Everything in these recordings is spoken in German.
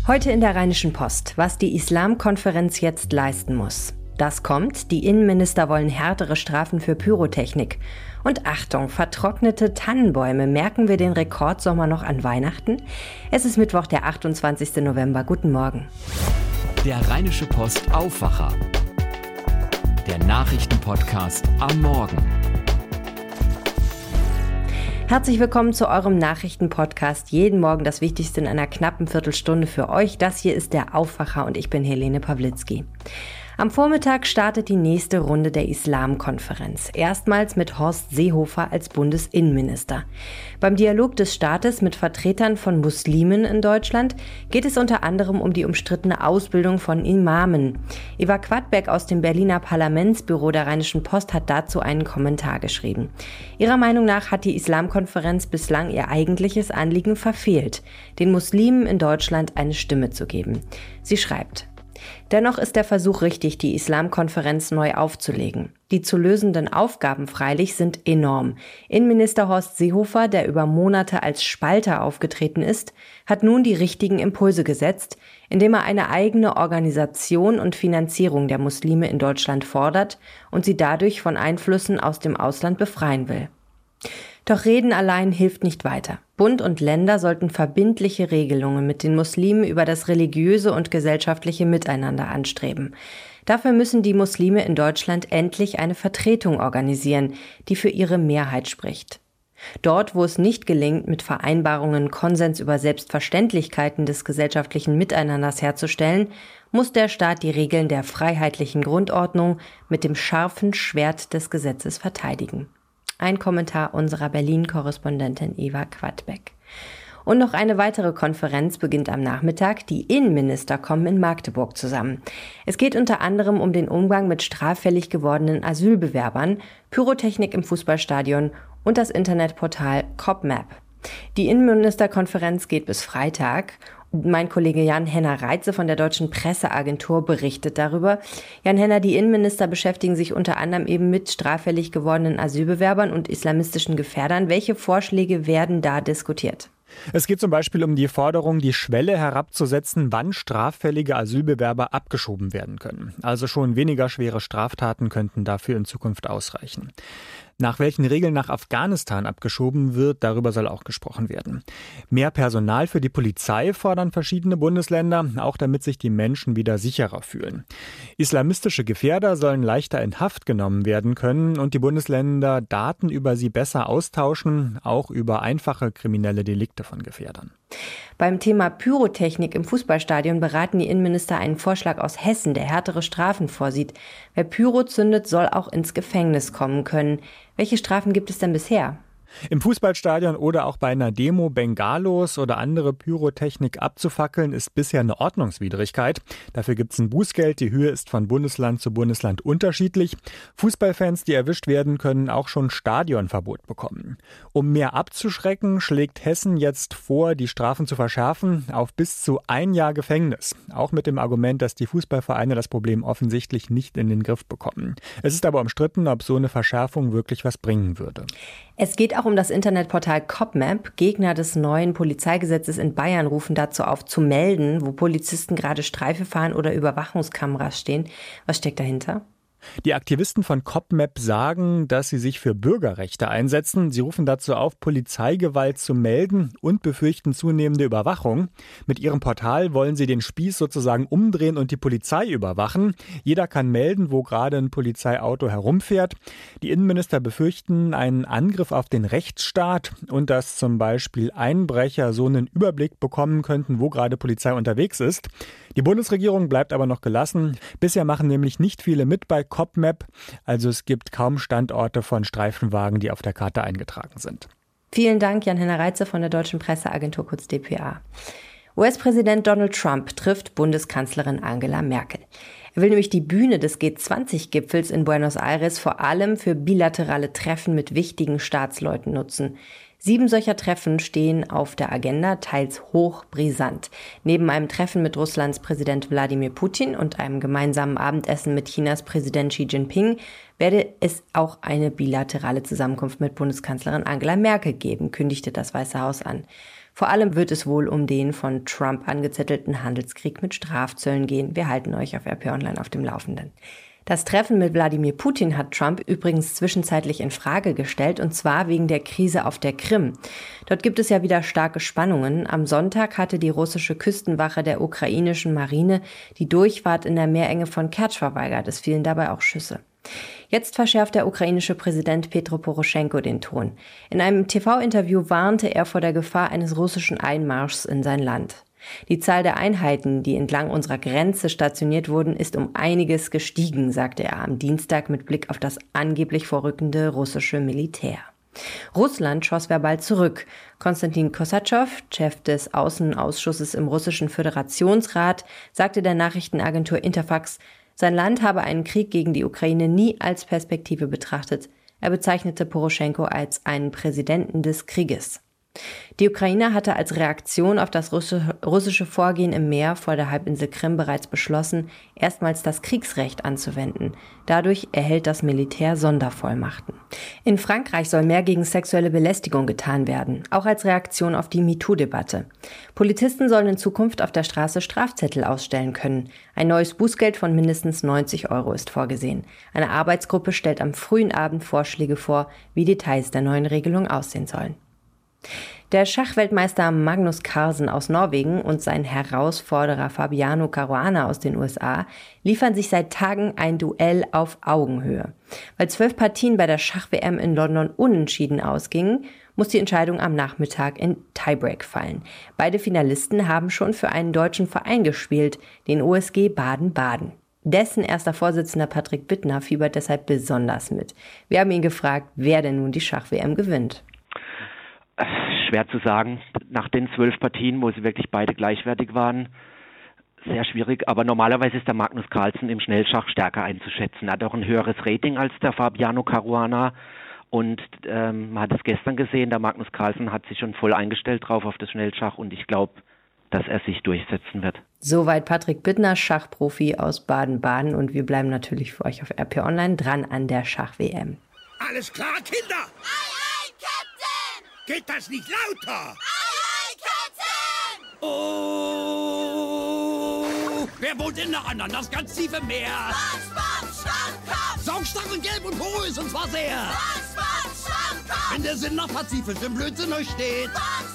Heute in der Rheinischen Post, was die Islamkonferenz jetzt leisten muss. Das kommt, die Innenminister wollen härtere Strafen für Pyrotechnik. Und Achtung, vertrocknete Tannenbäume, merken wir den Rekordsommer noch an Weihnachten? Es ist Mittwoch, der 28. November. Guten Morgen. Der Rheinische Post Aufwacher. Der Nachrichtenpodcast am Morgen. Herzlich willkommen zu eurem Nachrichtenpodcast. Jeden Morgen das Wichtigste in einer knappen Viertelstunde für euch. Das hier ist der Aufwacher und ich bin Helene Pawlitzki. Am Vormittag startet die nächste Runde der Islamkonferenz. Erstmals mit Horst Seehofer als Bundesinnenminister. Beim Dialog des Staates mit Vertretern von Muslimen in Deutschland geht es unter anderem um die umstrittene Ausbildung von Imamen. Eva Quadbeck aus dem Berliner Parlamentsbüro der Rheinischen Post hat dazu einen Kommentar geschrieben. Ihrer Meinung nach hat die Islamkonferenz bislang ihr eigentliches Anliegen verfehlt, den Muslimen in Deutschland eine Stimme zu geben. Sie schreibt: Dennoch ist der Versuch richtig, die Islamkonferenz neu aufzulegen. Die zu lösenden Aufgaben freilich sind enorm. Innenminister Horst Seehofer, der über Monate als Spalter aufgetreten ist, hat nun die richtigen Impulse gesetzt, indem er eine eigene Organisation und Finanzierung der Muslime in Deutschland fordert und sie dadurch von Einflüssen aus dem Ausland befreien will. Doch Reden allein hilft nicht weiter. Bund und Länder sollten verbindliche Regelungen mit den Muslimen über das religiöse und gesellschaftliche Miteinander anstreben. Dafür müssen die Muslime in Deutschland endlich eine Vertretung organisieren, die für ihre Mehrheit spricht. Dort, wo es nicht gelingt, mit Vereinbarungen Konsens über Selbstverständlichkeiten des gesellschaftlichen Miteinanders herzustellen, muss der Staat die Regeln der freiheitlichen Grundordnung mit dem scharfen Schwert des Gesetzes verteidigen. Ein Kommentar unserer Berlin-Korrespondentin Eva Quadbeck. Und noch eine weitere Konferenz beginnt am Nachmittag. Die Innenminister kommen in Magdeburg zusammen. Es geht unter anderem um den Umgang mit straffällig gewordenen Asylbewerbern, Pyrotechnik im Fußballstadion und das Internetportal COPMAP. Die Innenministerkonferenz geht bis Freitag. Mein Kollege Jan-Henner Reitze von der Deutschen Presseagentur berichtet darüber. Jan-Henner, die Innenminister beschäftigen sich unter anderem eben mit straffällig gewordenen Asylbewerbern und islamistischen Gefährdern. Welche Vorschläge werden da diskutiert? Es geht zum Beispiel um die Forderung, die Schwelle herabzusetzen, wann straffällige Asylbewerber abgeschoben werden können. Also schon weniger schwere Straftaten könnten dafür in Zukunft ausreichen. Nach welchen Regeln nach Afghanistan abgeschoben wird, darüber soll auch gesprochen werden. Mehr Personal für die Polizei fordern verschiedene Bundesländer, auch damit sich die Menschen wieder sicherer fühlen. Islamistische Gefährder sollen leichter in Haft genommen werden können und die Bundesländer Daten über sie besser austauschen, auch über einfache kriminelle Delikte von Gefährdern. Beim Thema Pyrotechnik im Fußballstadion beraten die Innenminister einen Vorschlag aus Hessen, der härtere Strafen vorsieht. Wer Pyro zündet, soll auch ins Gefängnis kommen können. Welche Strafen gibt es denn bisher? Im Fußballstadion oder auch bei einer Demo Bengalos oder andere Pyrotechnik abzufackeln, ist bisher eine Ordnungswidrigkeit. Dafür gibt es ein Bußgeld. Die Höhe ist von Bundesland zu Bundesland unterschiedlich. Fußballfans, die erwischt werden, können auch schon Stadionverbot bekommen. Um mehr abzuschrecken, schlägt Hessen jetzt vor, die Strafen zu verschärfen auf bis zu 1 Jahr Gefängnis. Auch mit dem Argument, dass die Fußballvereine das Problem offensichtlich nicht in den Griff bekommen. Es ist aber umstritten, ob so eine Verschärfung wirklich was bringen würde. Es geht auch um das Internetportal COPMAP. Gegner des neuen Polizeigesetzes in Bayern rufen dazu auf, zu melden, wo Polizisten gerade Streife fahren oder Überwachungskameras stehen. Was steckt dahinter? Die Aktivisten von COPMAP sagen, dass sie sich für Bürgerrechte einsetzen. Sie rufen dazu auf, Polizeigewalt zu melden und befürchten zunehmende Überwachung. Mit ihrem Portal wollen sie den Spieß sozusagen umdrehen und die Polizei überwachen. Jeder kann melden, wo gerade ein Polizeiauto herumfährt. Die Innenminister befürchten einen Angriff auf den Rechtsstaat und dass zum Beispiel Einbrecher so einen Überblick bekommen könnten, wo gerade Polizei unterwegs ist. Die Bundesregierung bleibt aber noch gelassen. Bisher machen nämlich nicht viele mit bei COPMAP, also es gibt kaum Standorte von Streifenwagen, die auf der Karte eingetragen sind. Vielen Dank, Jan-Henner Reitze von der Deutschen Presseagentur, kurz dpa. US-Präsident Donald Trump trifft Bundeskanzlerin Angela Merkel. Er will nämlich die Bühne des G20-Gipfels in Buenos Aires vor allem für bilaterale Treffen mit wichtigen Staatsleuten nutzen. 7 solcher Treffen stehen auf der Agenda, teils hochbrisant. Neben einem Treffen mit Russlands Präsident Wladimir Putin und einem gemeinsamen Abendessen mit Chinas Präsident Xi Jinping werde es auch eine bilaterale Zusammenkunft mit Bundeskanzlerin Angela Merkel geben, kündigte das Weiße Haus an. Vor allem wird es wohl um den von Trump angezettelten Handelskrieg mit Strafzöllen gehen. Wir halten euch auf RP Online auf dem Laufenden. Das Treffen mit Wladimir Putin hat Trump übrigens zwischenzeitlich in Frage gestellt, und zwar wegen der Krise auf der Krim. Dort gibt es ja wieder starke Spannungen. Am Sonntag hatte die russische Küstenwache der ukrainischen Marine die Durchfahrt in der Meerenge von Kertsch verweigert. Es fielen dabei auch Schüsse. Jetzt verschärft der ukrainische Präsident Petro Poroschenko den Ton. In einem TV-Interview warnte er vor der Gefahr eines russischen Einmarschs in sein Land. Die Zahl der Einheiten, die entlang unserer Grenze stationiert wurden, ist um einiges gestiegen, sagte er am Dienstag mit Blick auf das angeblich vorrückende russische Militär. Russland schoss verbal zurück. Konstantin Kosatschow, Chef des Außenausschusses im russischen Föderationsrat, sagte der Nachrichtenagentur Interfax, sein Land habe einen Krieg gegen die Ukraine nie als Perspektive betrachtet. Er bezeichnete Poroschenko als einen Präsidenten des Krieges. Die Ukraine hatte als Reaktion auf das russische Vorgehen im Meer vor der Halbinsel Krim bereits beschlossen, erstmals das Kriegsrecht anzuwenden. Dadurch erhält das Militär Sondervollmachten. In Frankreich soll mehr gegen sexuelle Belästigung getan werden, auch als Reaktion auf die MeToo-Debatte. Polizisten sollen in Zukunft auf der Straße Strafzettel ausstellen können. Ein neues Bußgeld von mindestens 90 € ist vorgesehen. Eine Arbeitsgruppe stellt am frühen Abend Vorschläge vor, wie Details der neuen Regelung aussehen sollen. Der Schachweltmeister Magnus Carlsen aus Norwegen und sein Herausforderer Fabiano Caruana aus den USA liefern sich seit Tagen ein Duell auf Augenhöhe. Weil 12 Partien bei der Schach-WM in London unentschieden ausgingen, muss die Entscheidung am Nachmittag in Tiebreak fallen. Beide Finalisten haben schon für einen deutschen Verein gespielt, den OSG Baden-Baden. Dessen erster Vorsitzender Patrick Bittner fiebert deshalb besonders mit. Wir haben ihn gefragt, wer denn nun die Schach-WM gewinnt. Schwer zu sagen, nach den 12 Partien, wo sie wirklich beide gleichwertig waren, sehr schwierig. Aber normalerweise ist der Magnus Carlsen im Schnellschach stärker einzuschätzen. Er hat auch ein höheres Rating als der Fabiano Caruana. Und man hat es gestern gesehen, der Magnus Carlsen hat sich schon voll eingestellt drauf auf das Schnellschach. Und ich glaube, dass er sich durchsetzen wird. Soweit Patrick Bittner, Schachprofi aus Baden-Baden. Und wir bleiben natürlich für euch auf RP Online dran an der Schach-WM. Alles klar, Kinder? Geht das nicht lauter? Oh! Wer wohnt in der anderen? Das ganz tiefe Meer. Saugstacheln gelb und porös, und zwar sehr. Wenn der Sinn nach Pazifisch im Blödsinn euch steht.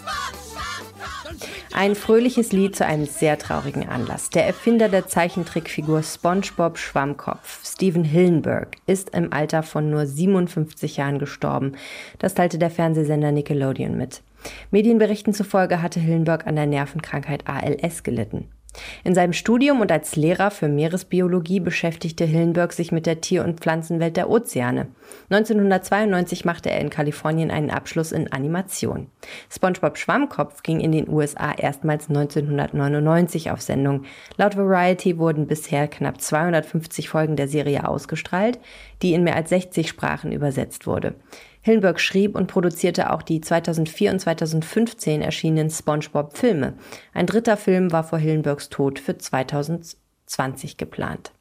Ein fröhliches Lied zu einem sehr traurigen Anlass. Der Erfinder der Zeichentrickfigur SpongeBob Schwammkopf, Steven Hillenburg, ist im Alter von nur 57 Jahren gestorben. Das teilte der Fernsehsender Nickelodeon mit. Medienberichten zufolge hatte Hillenburg an der Nervenkrankheit ALS gelitten. In seinem Studium und als Lehrer für Meeresbiologie beschäftigte Hillenburg sich mit der Tier- und Pflanzenwelt der Ozeane. 1992 machte er in Kalifornien einen Abschluss in Animation. SpongeBob Schwammkopf ging in den USA erstmals 1999 auf Sendung. Laut Variety wurden bisher knapp 250 Folgen der Serie ausgestrahlt, die in mehr als 60 Sprachen übersetzt wurde. Hillenburg schrieb und produzierte auch die 2004 und 2015 erschienenen SpongeBob-Filme. Ein dritter Film war vor Hillenburgs Tod für 2020 geplant.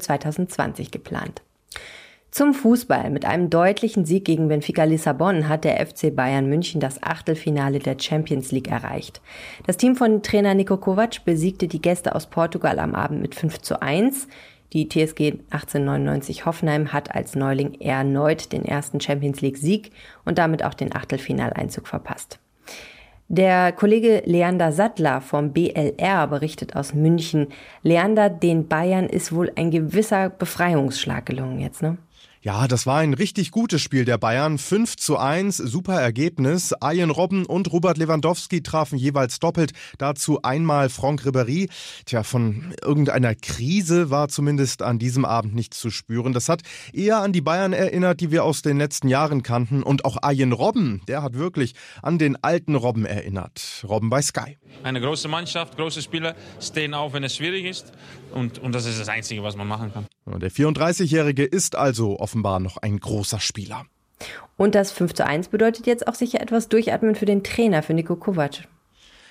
Zum Fußball. Mit einem deutlichen Sieg gegen Benfica Lissabon hat der FC Bayern München das Achtelfinale der Champions League erreicht. Das Team von Trainer Niko Kovac besiegte die Gäste aus Portugal am Abend mit 5:1. Die TSG 1899 Hoffenheim hat als Neuling erneut den ersten Champions-League-Sieg und damit auch den Achtelfinaleinzug verpasst. Der Kollege Leander Sattler vom BLR berichtet aus München. Leander, den Bayern ist wohl ein gewisser Befreiungsschlag gelungen jetzt, ne? Ja, das war ein richtig gutes Spiel der Bayern. 5:1, super Ergebnis. Arjen Robben und Robert Lewandowski trafen jeweils doppelt. Dazu einmal Franck Ribéry. Von irgendeiner Krise war zumindest an diesem Abend nichts zu spüren. Das hat eher an die Bayern erinnert, die wir aus den letzten Jahren kannten. Und auch Arjen Robben, der hat wirklich an den alten Robben erinnert. Robben bei Sky. Eine große Mannschaft, große Spieler stehen auf, wenn es schwierig ist. Und das ist das Einzige, was man machen kann. Der 34-Jährige ist also offenbar noch ein großer Spieler. Und das 5:1 bedeutet jetzt auch sicher etwas Durchatmen für den Trainer, für Niko Kovac.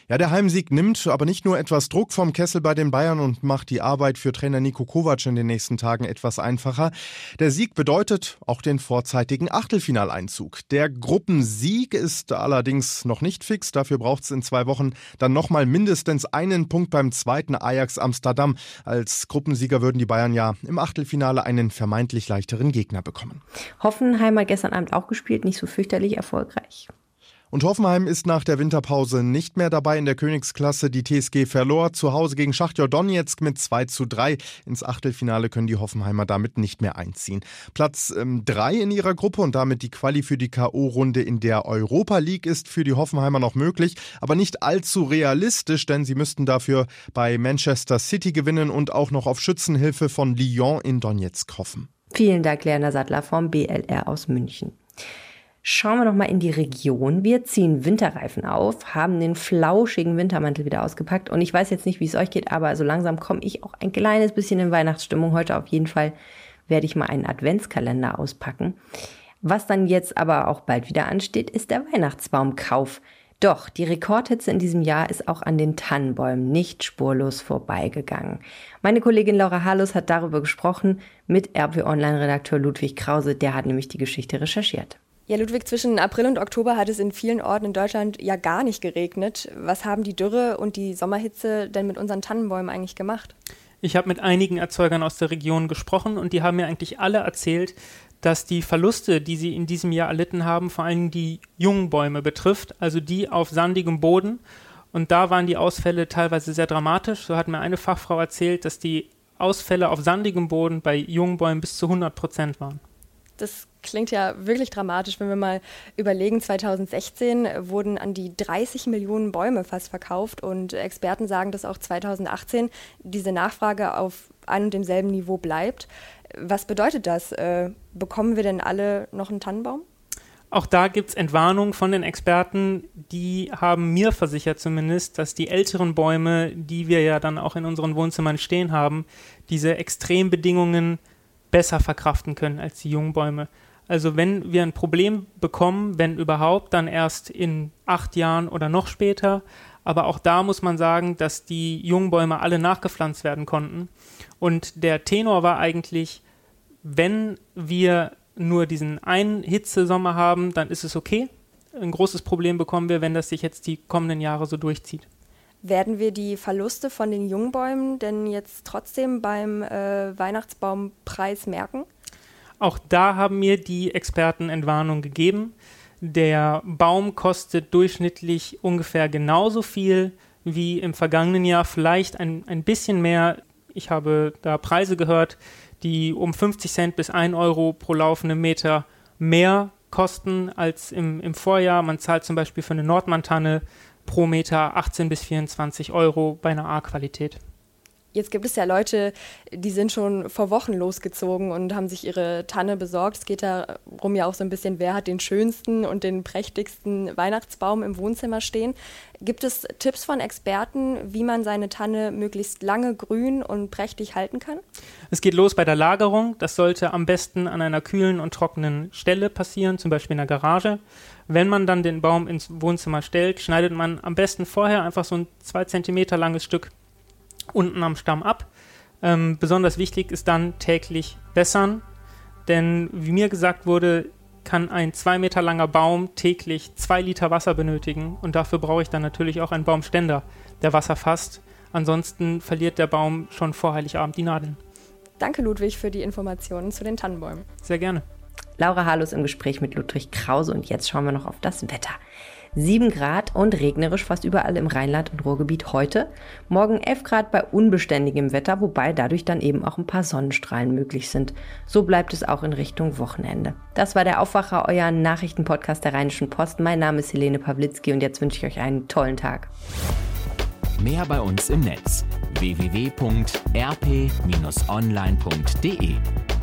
Ja, der Heimsieg nimmt aber nicht nur etwas Druck vom Kessel bei den Bayern und macht die Arbeit für Trainer Niko Kovac in den nächsten Tagen etwas einfacher. Der Sieg bedeutet auch den vorzeitigen Achtelfinaleinzug. Der Gruppensieg ist allerdings noch nicht fix. Dafür braucht es in 2 Wochen dann nochmal mindestens einen Punkt beim zweiten Ajax Amsterdam. Als Gruppensieger würden die Bayern ja im Achtelfinale einen vermeintlich leichteren Gegner bekommen. Hoffenheim hat gestern Abend auch gespielt, nicht so fürchterlich erfolgreich. Und Hoffenheim ist nach der Winterpause nicht mehr dabei in der Königsklasse. Die TSG verlor zu Hause gegen Schachtjor Donezk mit 2:3. Ins Achtelfinale können die Hoffenheimer damit nicht mehr einziehen. Platz 3 in ihrer Gruppe und damit die Quali für die K.O.-Runde in der Europa League ist für die Hoffenheimer noch möglich, aber nicht allzu realistisch, denn sie müssten dafür bei Manchester City gewinnen und auch noch auf Schützenhilfe von Lyon in Donezk hoffen. Vielen Dank, Lerner Sattler vom BLR aus München. Schauen wir noch mal in die Region. Wir ziehen Winterreifen auf, haben den flauschigen Wintermantel wieder ausgepackt. Und ich weiß jetzt nicht, wie es euch geht, aber so langsam komme ich auch ein kleines bisschen in Weihnachtsstimmung. Heute auf jeden Fall werde ich mal einen Adventskalender auspacken. Was dann jetzt aber auch bald wieder ansteht, ist der Weihnachtsbaumkauf. Doch die Rekordhitze in diesem Jahr ist auch an den Tannenbäumen nicht spurlos vorbeigegangen. Meine Kollegin Laura Harlos hat darüber gesprochen mit RP-Online-Redakteur Ludwig Krause. Der hat nämlich die Geschichte recherchiert. Ja, Ludwig, zwischen April und Oktober hat es in vielen Orten in Deutschland ja gar nicht geregnet. Was haben die Dürre und die Sommerhitze denn mit unseren Tannenbäumen eigentlich gemacht? Ich habe mit einigen Erzeugern aus der Region gesprochen und die haben mir eigentlich alle erzählt, dass die Verluste, die sie in diesem Jahr erlitten haben, vor allem die jungen Bäume betrifft, also die auf sandigem Boden. Und da waren die Ausfälle teilweise sehr dramatisch. So hat mir eine Fachfrau erzählt, dass die Ausfälle auf sandigem Boden bei jungen Bäumen bis zu 100% waren. Das klingt ja wirklich dramatisch, wenn wir mal überlegen, 2016 wurden an die 30 Millionen Bäume fast verkauft und Experten sagen, dass auch 2018 diese Nachfrage auf einem und demselben Niveau bleibt. Was bedeutet das? Bekommen wir denn alle noch einen Tannenbaum? Auch da gibt es Entwarnung von den Experten, die haben mir versichert zumindest, dass die älteren Bäume, die wir ja dann auch in unseren Wohnzimmern stehen haben, diese Extrembedingungen besser verkraften können als die jungen Bäume. Also wenn wir ein Problem bekommen, wenn überhaupt, dann erst in 8 Jahren oder noch später. Aber auch da muss man sagen, dass die jungen Bäume alle nachgepflanzt werden konnten. Und der Tenor war eigentlich, wenn wir nur diesen einen Hitzesommer haben, dann ist es okay. Ein großes Problem bekommen wir, wenn das sich jetzt die kommenden Jahre so durchzieht. Werden wir die Verluste von den Jungbäumen denn jetzt trotzdem beim Weihnachtsbaumpreis merken? Auch da haben mir die Experten Entwarnung gegeben. Der Baum kostet durchschnittlich ungefähr genauso viel wie im vergangenen Jahr, vielleicht ein bisschen mehr. Ich habe da Preise gehört, die um 50 Cent bis 1 Euro pro laufenden Meter mehr kosten als im Vorjahr. Man zahlt zum Beispiel für eine Nordmann-Tanne pro Meter 18 bis 24 Euro bei einer A-Qualität. Jetzt gibt es ja Leute, die sind schon vor Wochen losgezogen und haben sich ihre Tanne besorgt. Es geht darum ja auch so ein bisschen, wer hat den schönsten und den prächtigsten Weihnachtsbaum im Wohnzimmer stehen. Gibt es Tipps von Experten, wie man seine Tanne möglichst lange grün und prächtig halten kann? Es geht los bei der Lagerung. Das sollte am besten an einer kühlen und trockenen Stelle passieren, zum Beispiel in der Garage. Wenn man dann den Baum ins Wohnzimmer stellt, schneidet man am besten vorher einfach so ein 2 Zentimeter langes Stück unten am Stamm ab. Besonders wichtig ist dann täglich wässern, denn wie mir gesagt wurde, kann ein 2 Meter langer Baum täglich 2 Liter Wasser benötigen und dafür brauche ich dann natürlich auch einen Baumständer, der Wasser fasst. Ansonsten verliert der Baum schon vor Heiligabend die Nadeln. Danke, Ludwig, für die Informationen zu den Tannenbäumen. Sehr gerne. Laura Harlos im Gespräch mit Ludwig Krause und jetzt schauen wir noch auf das Wetter. 7 Grad und regnerisch fast überall im Rheinland und Ruhrgebiet heute. Morgen 11 Grad bei unbeständigem Wetter, wobei dadurch dann eben auch ein paar Sonnenstrahlen möglich sind. So bleibt es auch in Richtung Wochenende. Das war der Aufwacher, euer Nachrichtenpodcast der Rheinischen Post. Mein Name ist Helene Pawlitzki und jetzt wünsche ich euch einen tollen Tag. Mehr bei uns im Netz: www.rp-online.de